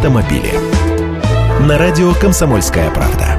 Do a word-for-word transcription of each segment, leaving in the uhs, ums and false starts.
автомобили. На радио «Комсомольская правда».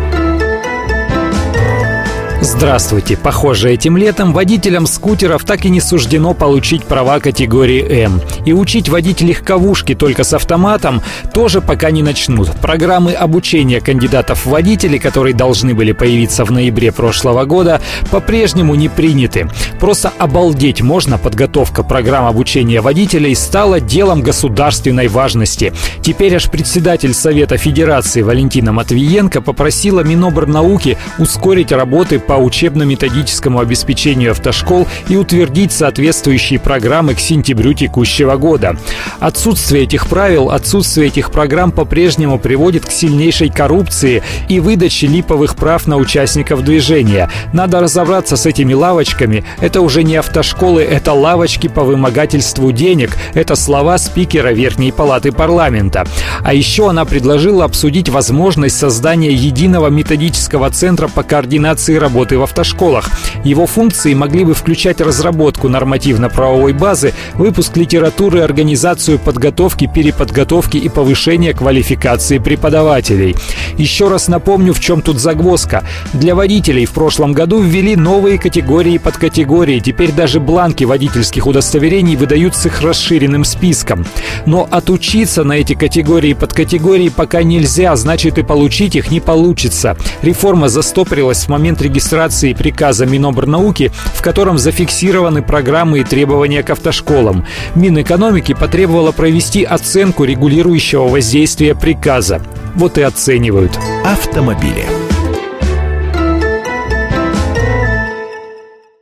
Здравствуйте! Похоже, этим летом водителям скутеров так и не суждено получить права категории М. И учить водить легковушки только с автоматом тоже пока не начнут. Программы обучения кандидатов в водители, которые должны были появиться в ноябре прошлого года, по-прежнему не приняты. Просто обалдеть можно, подготовка программ обучения водителей стала делом государственной важности. Теперь аж председатель Совета Федерации Валентина Матвиенко попросила Минобрнауки ускорить работы по учебно-методическому обеспечению автошкол и утвердить соответствующие программы к сентябрю текущего года. Отсутствие этих правил, отсутствие этих программ по-прежнему приводит к сильнейшей коррупции и выдаче липовых прав на участников движения. Надо разобраться с этими лавочками. Это уже не автошколы, это лавочки по вымогательству денег. Это слова спикера Верхней палаты парламента. А еще она предложила обсудить возможность создания единого методического центра по координации работы в автошколах. Его функции могли бы включать разработку нормативно-правовой базы, выпуск литературы, организацию подготовки, переподготовки и повышение квалификации преподавателей. Еще раз напомню, в чем тут загвоздка. Для водителей в прошлом году ввели новые категории и подкатегории. Теперь даже бланки водительских удостоверений выдают с их расширенным списком. Но отучиться на эти категории и подкатегории пока нельзя, значит и получить их не получится. Реформа застопорилась в момент регистрации приказа Минобрнауки, в котором зафиксированы программы и требования к автошколам. Минэкономики потребовало провести оценку регулирующего воздействия приказа. Вот и оценивают. Автомобили.